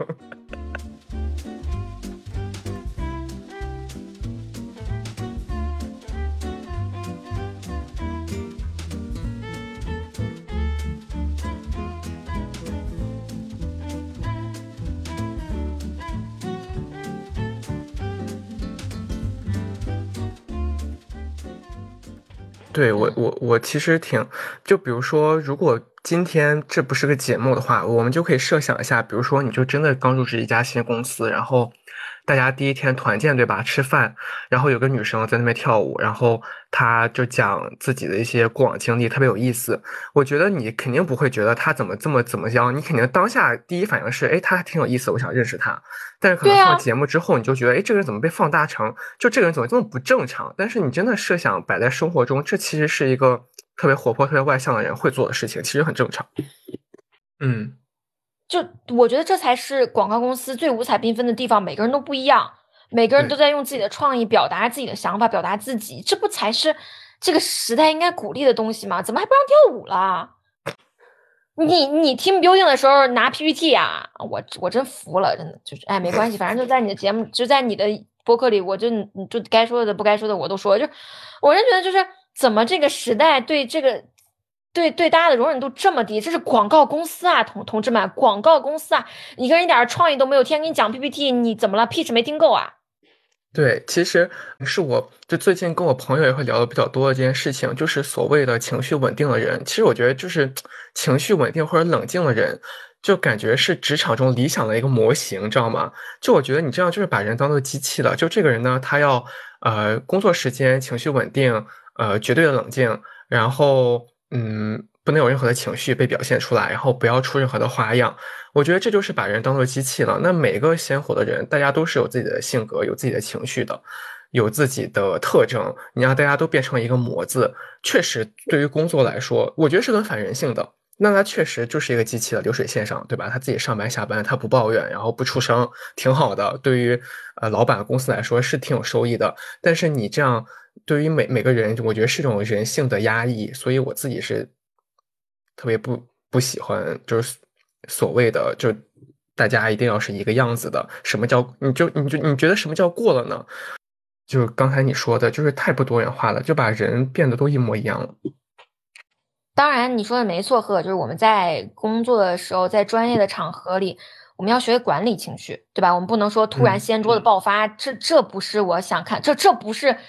对，我嗯我我其实挺，就比如说，如果今天这不是个节目的话，我们就可以设想一下，比如说你就真的刚入职一家新公司，然后大家第一天团建，对吧？吃饭，然后有个女生在那边跳舞，然后她就讲自己的一些过往经历，特别有意思。我觉得你肯定不会觉得她怎么这么怎么样，你肯定当下第一反应是，哎，她还挺有意思，我想认识她。但是可能对啊， 上了节目之后，你就觉得，哎，这个人怎么被放大成，就这个人怎么这么不正常？但是你真的设想摆在生活中，这其实是一个特别活泼、特别外向的人会做的事情，其实很正常。嗯， 就我觉得这才是广告公司最五彩缤纷的地方，每个人都不一样，每个人都对在用自己的创意表达自己的想法，表达自己，这不才是这个时代应该鼓励的东西吗？怎么还不让跳舞了？你你 team building 的时候拿 P P T 啊，我我真服了，真的就是哎，没关系，反正就在你的节目，就在你的播客里，我就就该说的不该说的我都说，就我真觉得就是怎么这个时代对这个对对大家的容忍度这么低，这是广告公司啊，同同志们，广告公司啊，一个人一点创意都没有，天天给你讲 P P T，你怎么了？pitch 没听够啊？ 对，其实是我就最近跟我朋友也会聊的比较多的这件事情，就是所谓的情绪稳定的人。其实我觉得就是情绪稳定或者冷静的人，就感觉是职场中理想的一个模型，知道吗？就我觉得你这样就是把人当做机器了。就这个人呢，他要呃工作时间情绪稳定，呃绝对的冷静，然后嗯不能有任何的情绪被表现出来，然后不要出任何的花样。我觉得这就是把人当做机器了。那每个鲜活的人，大家都是有自己的性格、有自己的情绪的，有自己的特征。你让大家都变成一个模子，确实对于工作来说，我觉得是很反人性的。那他确实就是一个机器的流水线上，对吧？他自己上班下班，他不抱怨，然后不出声，挺好的。对于呃老板公司来说是挺有收益的。但是你这样对于每每个人，我觉得是一种人性的压抑，所以我自己是特别不不喜欢，就是所谓的就大家一定要是一个样子的。什么叫你就你就你觉得什么叫过了呢？就是刚才你说的，就是太不多元化了，就把人变得都一模一样了。 当然，你说的没错，贺，就是我们在工作的时候，在专业的场合里，我们要学会管理情绪，对吧？我们不能说突然嗯， 掀桌的爆发，这这不是我想看，这这不是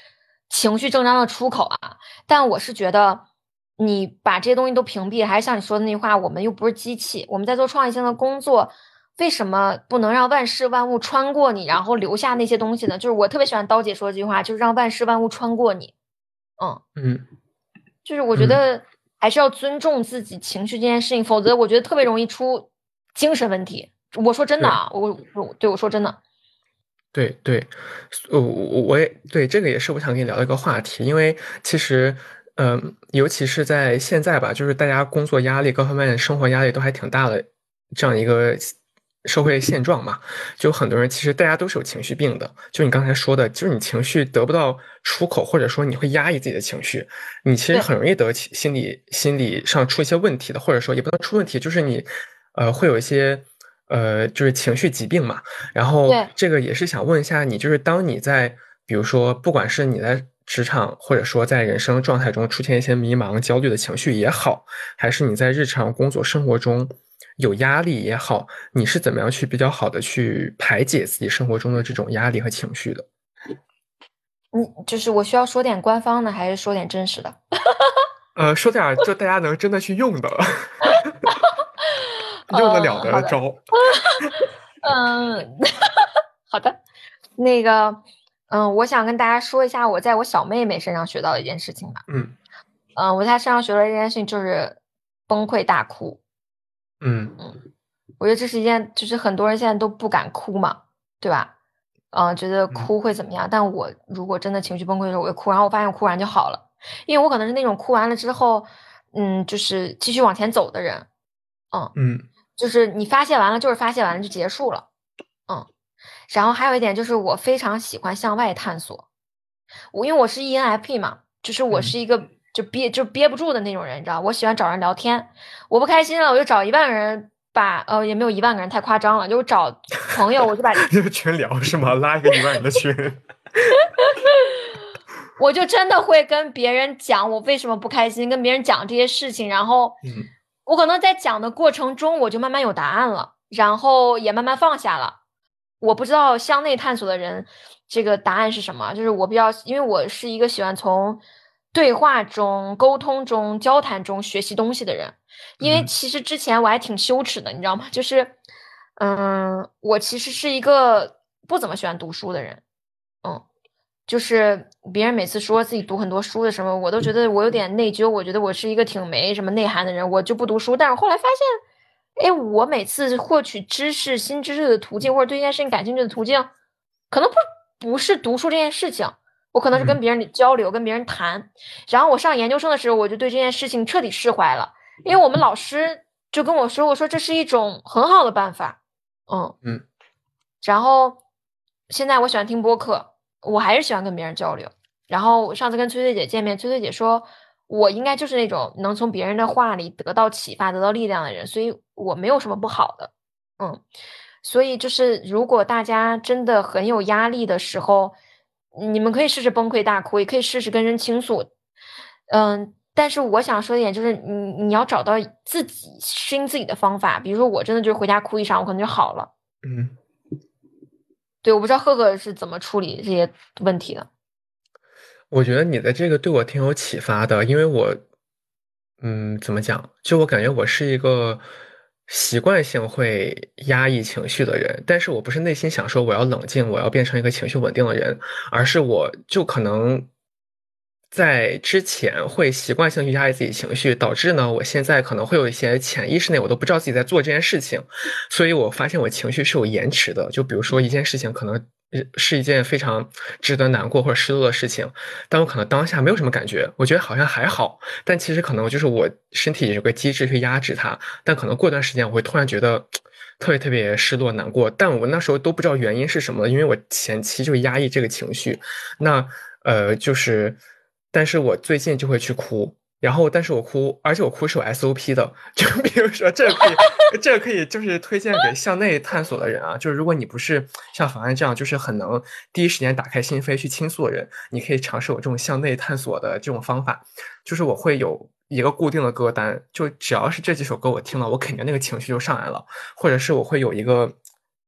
情绪正当的出口啊。但我是觉得，你把这些东西都屏蔽，还是像你说的那句话，我们又不是机器，我们在做创意性的工作，为什么不能让万事万物穿过你，然后留下那些东西呢？就是我特别喜欢刀姐说的这句话，就是让万事万物穿过你。嗯嗯， 就是我觉得还是要尊重自己情绪这件事情，否则我觉得特别容易出精神问题。我说真的啊，我我对我说真的。 对对，我我我也对这个也是我想跟你聊的一个话题，因为其实，嗯、尤其是在现在吧，就是大家工作压力各方面的生活压力都还挺大的，这样一个社会现状嘛，就很多人其实大家都是有情绪病的，就你刚才说的，就是你情绪得不到出口，或者说你会压抑自己的情绪，你其实对很容易得起心理心理上出一些问题的，或者说也不能出问题，就是你呃会有一些呃就是情绪疾病嘛。然后对， 这个也是想问一下你，就是当你在比如说，不管是你在职场，或者说在人生状态中出现一些迷茫、焦虑的情绪也好，还是你在日常工作生活中有压力也好，你是怎么样去比较好的去排解自己生活中的这种压力和情绪的？ 嗯，就是我需要说点官方的，还是说点真实的？ 呃，说点儿就大家能真的去用的，用得了嗯，好的， 的招。 嗯，好的，那个，嗯，我想跟大家说一下我在我小妹妹身上学到的一件事情吧。 嗯嗯，我在她身上学到一件事情就是崩溃大哭。 嗯嗯，我觉得这是一件，就是很多人现在都不敢哭嘛，对吧？嗯，觉得嗯哭会怎么样？但我如果真的情绪崩溃的时候，我会哭，然后我发现我哭完就好了，因为我可能是那种哭完了之后，嗯，就是继续往前走的人。嗯， 嗯就是你发泄完了就是发泄完了就结束了。嗯，然后还有一点就是我非常喜欢向外探索。我因为我是 E N F P 嘛，就是我嗯， 是一个就憋就憋不住的那种人，你知道，我喜欢找人聊天。我不开心了，我就找一万个人把呃也没有一万个人太夸张了，就找朋友，我就把就是群聊是吗？拉一个一万人的群。 我就真的会跟别人讲我为什么不开心，跟别人讲这些事情，然后嗯我可能在讲的过程中，我就慢慢有答案了，然后也慢慢放下了。我不知道向内探索的人，这个答案是什么？就是我比较，因为我是一个喜欢从对话中、沟通中、交谈中学习东西的人。因为嗯其实之前我还挺羞耻的，你知道吗？就是，嗯，我其实是一个不怎么喜欢读书的人。嗯。就是别人每次说自己读很多书的时候，我都觉得我有点内疚，我觉得我是一个挺没什么内涵的人，我就不读书。但是后来发现，哎，我每次获取知识、新知识的途径，或者对一件事情感兴趣的途径，可能不不是读书这件事情，我可能是跟嗯别人交流、跟别人谈。然后我上研究生的时候，我就对这件事情彻底释怀了，因为我们老师就跟我说，我说这是一种很好的办法。嗯， 嗯然后现在我喜欢听播客，我还是喜欢跟别人交流。然后我上次跟崔崔姐见面，崔崔姐说我应该就是那种能从别人的话里得到启发、得到力量的人，所以我没有什么不好的。嗯，所以就是如果大家真的很有压力的时候，你们可以试试崩溃大哭，也可以试试跟人倾诉。嗯，但是我想说一点就是你你要找到自己适应自己的方法，比如说我真的就是回家哭一场，我可能就好了。 嗯。 对，我不知道赫赫是怎么处理这些问题的。 我觉得你的这个对我挺有启发的，因为我，嗯，怎么讲？就我感觉我是一个习惯性会压抑情绪的人，但是我不是内心想说我要冷静，我要变成一个情绪稳定的人，而是我就可能在之前会习惯性去压抑自己情绪，导致呢，我现在可能会有一些潜意识内我都不知道自己在做这件事情，所以我发现我情绪是有延迟的。就比如说一件事情可能呃是一件非常值得难过或者失落的事情，但我可能当下没有什么感觉，我觉得好像还好，但其实可能就是我身体有个机制去压制它，但可能过段时间我会突然觉得特别特别失落难过，但我那时候都不知道原因是什么，因为我前期就压抑这个情绪，那呃就是，但是我最近就会去哭。然后，但是我哭，而且我哭是有 S O P 的，就比如说，这个可以，这个可以，就是推荐给向内探索的人啊，就是如果你不是像法安这样，就是很能第一时间打开心扉去倾诉的人，你可以尝试我这种向内探索的这种方法，就是我会有一个固定的歌单，就只要是这几首歌我听了，我肯定那个情绪就上来了，或者是我会有一个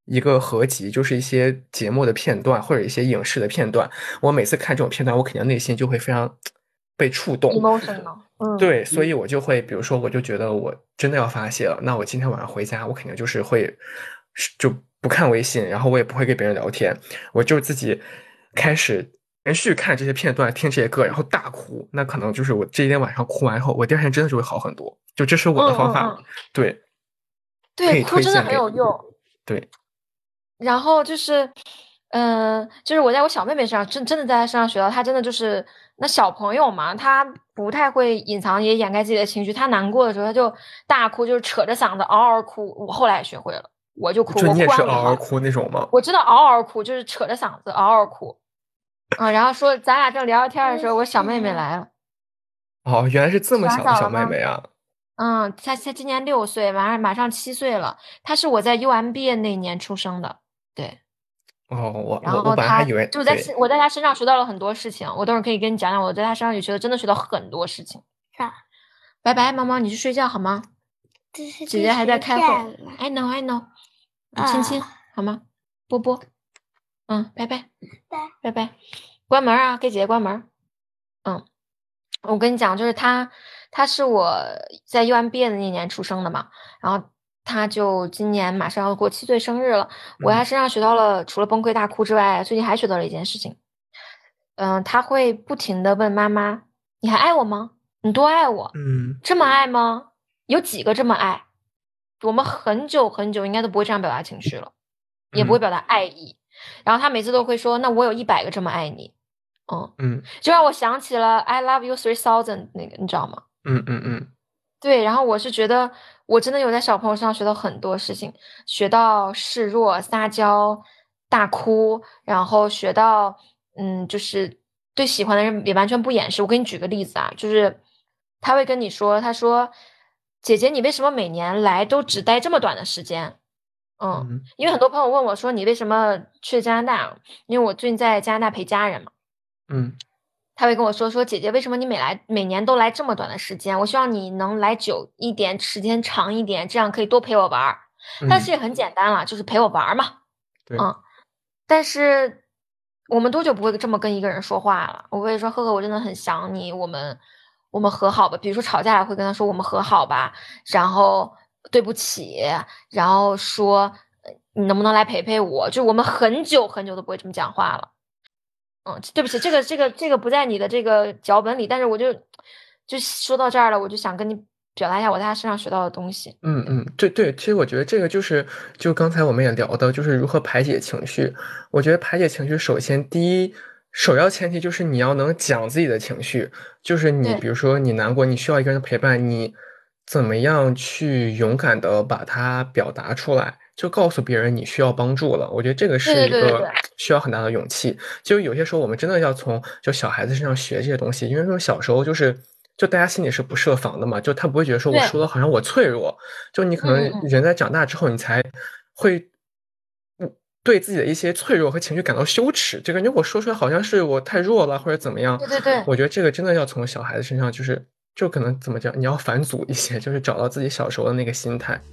一个合集，就是一些节目的片段或者一些影视的片段。我每次看这种片段，我肯定内心就会非常被触动 emotional，嗯， 对，所以我就会，比如说，我就觉得我真的要发泄了，那我今天晚上回家，我肯定就是会就不看微信，然后我也不会跟别人聊天，我就自己开始连续看这些片段，听这些歌，然后大哭。那可能就是我这一天晚上哭完后，我第二天真的就会好很多。就这是我的方法， 嗯嗯嗯对，可对， 以哭真的推荐给很有用。 对。 然后就是，嗯、就是我在我小妹妹身上，真真的在她身上学到，她真的就是那小朋友嘛，她不太会隐藏也掩盖自己的情绪，她难过的时候，她就大哭，就是扯着嗓子嗷嗷哭。我后来也学会了，我就哭，我就你也是哭完我就好， 嗷嗷哭那种吗？ 我真的嗷嗷哭，就是扯着嗓子嗷嗷哭。啊、然后说咱俩正聊聊天的时候，我小妹妹来了， 哦，原来是这么耍小的小小了吗？ 妹妹啊！ 嗯，她她今年六岁，马上马上七岁了。她是我在 U M 毕业那一年出生的，对。 哦，我然我我后他本来还以为就在对， 我在他身上学到了很多事情，我等会儿可以跟你讲讲，我在他身上也学的真的学到很多事情。 是啊， 拜拜，猫猫，你去睡觉好吗？ 这是姐姐还在开会。 第十站了 I know, I know。你亲亲、 啊好吗？波波，嗯，拜拜， 拜拜拜，关门啊，给姐姐关门。嗯，我跟你讲，就是他，他是我在 U M 毕业的那年出生的嘛，然后他就今年马上要过七岁生日了。我在他身上学到了，除了崩溃大哭之外，最近还学到了一件事情。嗯，他会不停的问妈妈：“你还爱我吗？你多爱我？ 嗯这么爱吗？有几个这么爱？”我们很久很久应该都不会这样表达情绪了，也不会嗯表达爱意。然后他每次都会说：“那我有一百个这么爱你。”嗯， 嗯就让我想起了 "I love you three thousand" 那个，你知道吗？ 嗯嗯嗯对，然后我是觉得我真的有在小朋友身上学到很多事情，学到示弱、撒娇、大哭，然后学到嗯，就是对喜欢的人也完全不掩饰。我给你举个例子啊，就是他会跟你说，他说：“姐姐，你为什么每年来都只待这么短的时间？”嗯， 嗯因为很多朋友问我说：“你为什么去加拿大？”因为我最近在加拿大陪家人嘛。 嗯他会跟我说说姐姐，为什么你每来每年都来这么短的时间？我希望你能来久一点，时间长一点，这样可以多陪我玩儿。但是嗯， 也很简单了，就是陪我玩儿嘛。 对， 嗯，但是我们多久不会这么跟一个人说话了？我会说呵呵，我真的很想你，我们我们和好吧。比如说吵架了，会跟他说我们和好吧，然后对不起，然后说呃你能不能来陪陪我？就我们很久很久都不会这么讲话了。嗯，对不起，这个这个这个不在你的这个脚本里，但是我就就说到这儿了，我就想跟你表达一下我在他身上学到的东西。 嗯嗯，对对，其实我觉得这个就是就刚才我们也聊到，就是如何排解情绪。我觉得排解情绪，首先第一首要前提就是你要能讲自己的情绪，就是你对比如说你难过，你需要一个人陪伴，你怎么样去勇敢的把它表达出来，就告诉别人你需要帮助了。我觉得这个对是一个对对对对需要很大的勇气。就有些时候我们真的要从就小孩子身上学这些东西，因为说小时候就是就大家心里是不设防的嘛，就他不会觉得说我对， 说的好像我脆弱，就你可能嗯嗯嗯， 人在长大之后，你才会。嗯对自己的一些脆弱和情绪感到羞耻，这个如果说出来好像是我太弱了或者怎么样， 对对对。 我觉得这个真的要从小孩子身上，就是就可能怎么讲，你要反祖一些，就是找到自己小时候的那个心态。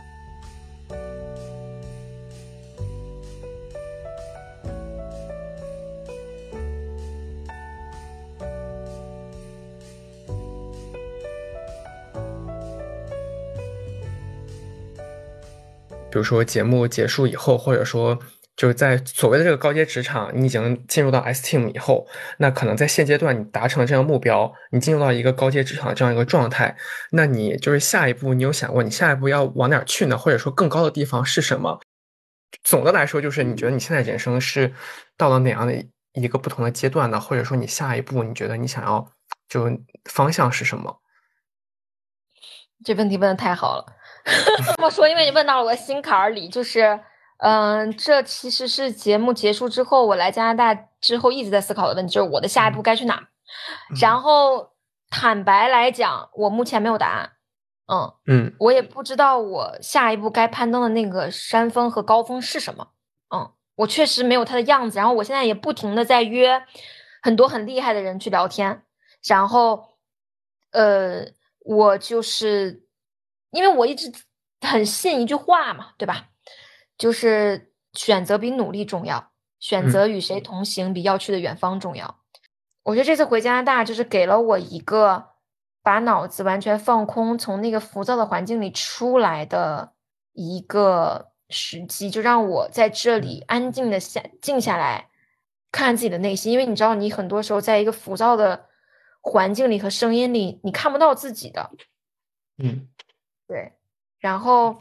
比如说节目结束以后，或者说就是在所谓的这个高阶职场，你已经进入到 S team 以后，那可能在现阶段你达成了这样目标，你进入到一个高阶职场这样一个状态，那你就是下一步，你有想过你下一步要往哪儿去呢？或者说更高的地方是什么？总的来说，就是你觉得你现在人生是到了哪样的一个不同的阶段呢？或者说你下一步你觉得你想要就方向是什么？ 这问题问的太好了。这么说，因为你问到了我的心坎儿里，就是，嗯、这其实是节目结束之后，我来加拿大之后一直在思考的问题，就是我的下一步该去哪儿。然后坦白来讲，我目前没有答案。嗯， 嗯我也不知道我下一步该攀登的那个山峰和高峰是什么。嗯，我确实没有它的样子。然后我现在也不停的在约很多很厉害的人去聊天，然后，呃，我就是因为我一直很信一句话嘛，对吧？ 就是选择比努力重要，选择与谁同行比要去的远方重要。嗯、我觉得这次回加拿大就是给了我一个把脑子完全放空，从那个浮躁的环境里出来的一个时机，就让我在这里安静的下静下来，看自己的内心。因为你知道，你很多时候在一个浮躁的环境里和声音里，你看不到自己的。 嗯， 对。然后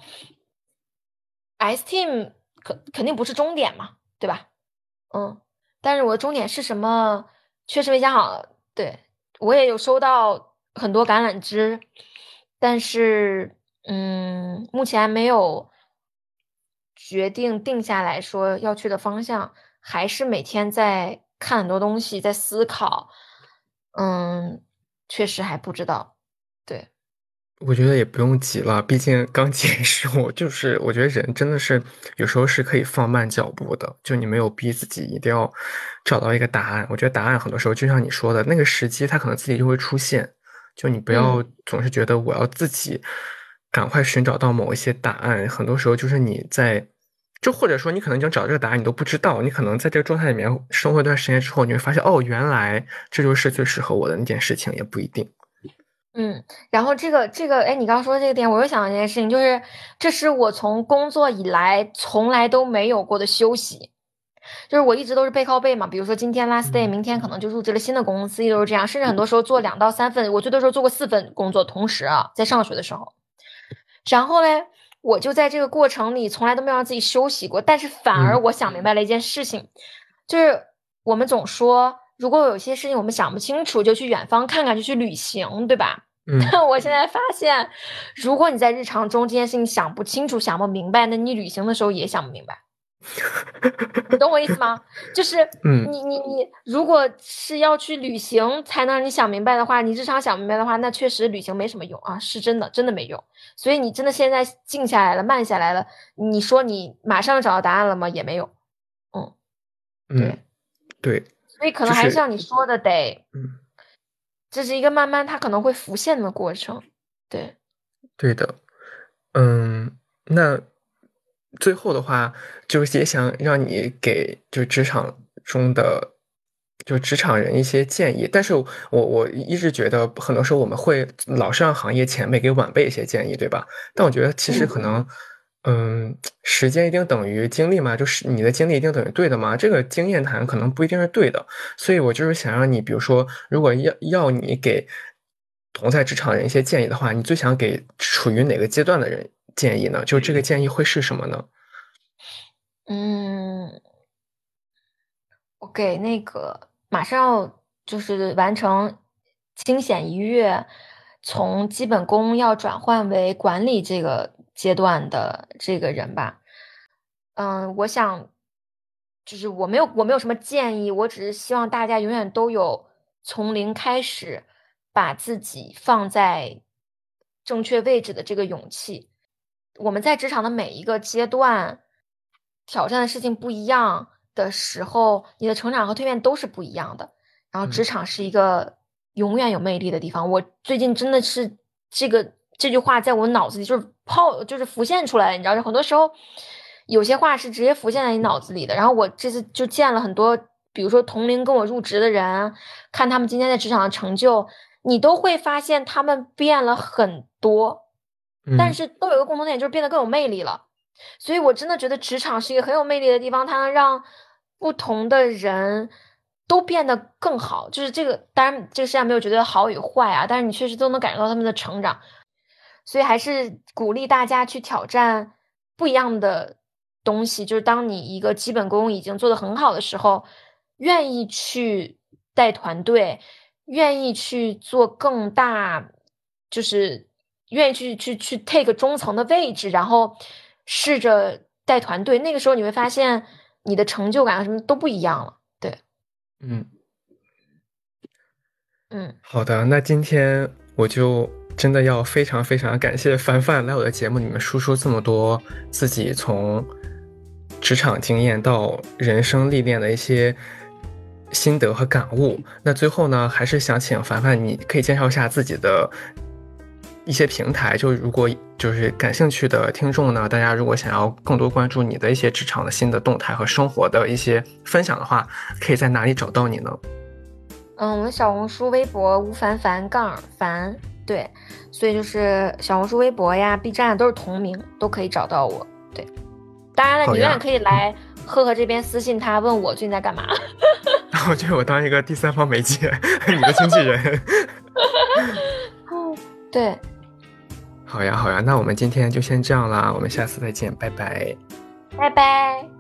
S team 肯肯定不是终点嘛，对吧？嗯，但是我的终点是什么，确实没想好。对，我也有收到很多橄榄枝，但是嗯，目前还没有决定定下来说要去的方向，还是每天在看很多东西，在思考。嗯，确实还不知道。对。 我觉得也不用急了，毕竟刚结束。就是我觉得人真的是有时候是可以放慢脚步的，就你没有逼自己一定要找到一个答案。我觉得答案很多时候就像你说的，那个时机它可能自己就会出现，就你不要总是觉得我要自己赶快寻找到某一些答案。很多时候就是你在就或者说你可能已经找这个答案你都不知道，你可能在这个状态里面生活一段时间之后，你会发现哦，原来这就是最适合我的那件事情，也不一定。 嗯，然后这个这个，哎，你刚刚说的这个点，我又想到一件事情，就是这是我从工作以来从来都没有过的休息，就是我一直都是背靠背嘛。比如说今天 last day，明天可能就入职了新的公司，一直都是这样，甚至很多时候做两到三份，我最多时候做过四份工作同时啊，在上学的时候。然后嘞，我就在这个过程里从来都没有让自己休息过，但是反而我想明白了一件事情，嗯、就是我们总说，如果有些事情我们想不清楚，就去远方看看，就去旅行，对吧？但我现在发现，如果你在日常中这件事情想不清楚、想不明白，那你旅行的时候也想不明白。你懂我意思吗？就是你你你，如果是要去旅行才能让你想明白的话，你日常想明白的话，那确实旅行没什么用啊，是真的，真的没用。所以你真的现在静下来了，慢下来了，你说你马上找到答案了吗？也没有。嗯，对对， 所以可能还是像你说的得，嗯。这是一个慢慢它可能会浮现的过程。对， 对的。嗯，那最后的话，就也想让你给就职场中的就职场人一些建议。但是我我一直觉得，很多时候我们会老是让行业前辈给晚辈一些建议，对吧？但我觉得其实可能，嗯，时间一定等于经历嘛，就是你的经历一定等于对的嘛。这个经验谈可能不一定是对的，所以我就是想让你，比如说，如果要要你给同在职场人一些建议的话，你最想给处于哪个阶段的人建议呢？就这个建议会是什么呢？ 嗯，我给那个马上要就是完成清闲一跃，从基本功要转换为管理这个阶段的这个人吧。嗯，我想就是我没有我没有什么建议，我只是希望大家永远都有从零开始把自己放在正确位置的这个勇气。我们在职场的每一个阶段，挑战的事情不一样的时候，你的成长和蜕变都是不一样的。然后职场是一个永远有魅力的地方。我最近真的是这个这句话在我脑子里就是泡，就是浮现出来了。你知道，很多时候有些话是直接浮现在你脑子里的。然后我这次就见了很多，比如说同龄跟我入职的人，看他们今天在职场的成就，你都会发现他们变了很多。但是都有一个共同点，就是变得更有魅力了。所以我真的觉得职场是一个很有魅力的地方，它能让不同的人都变得更好。就是这个，当然这个世界上没有绝对的好与坏啊，但是你确实都能感受到他们的成长。所以还是鼓励大家去挑战不一样的东西。就是当你一个基本功已经做得很好的时候，愿意去带团队，愿意去做更大，就是愿意去去去 take 中层的位置，然后试着带团队。那个时候你会发现你的成就感什么都不一样了。对， 嗯嗯， 好的，那今天我就真的要非常非常感谢凡凡来我的节目里面输出这么多自己从职场经验到人生历练的一些心得和感悟。那最后呢，还是想请凡凡，你可以介绍一下自己的一些平台，就如果就是感兴趣的听众呢，大家如果想要更多关注你的一些职场的新的动态和生活的一些分享的话，可以在哪里找到你呢？ 嗯，我们小红书、微博吴凡凡杠凡，对，所以就是小红书、微博呀、B 站都是同名，都可以找到我。对，当然了，你永远可以来赫赫这边私信他，问我最近在干嘛。 我觉得我当一个第三方媒介，你的经纪人。 对， 好呀好呀，那我们今天就先这样啦，我们下次再见，拜拜， 拜拜。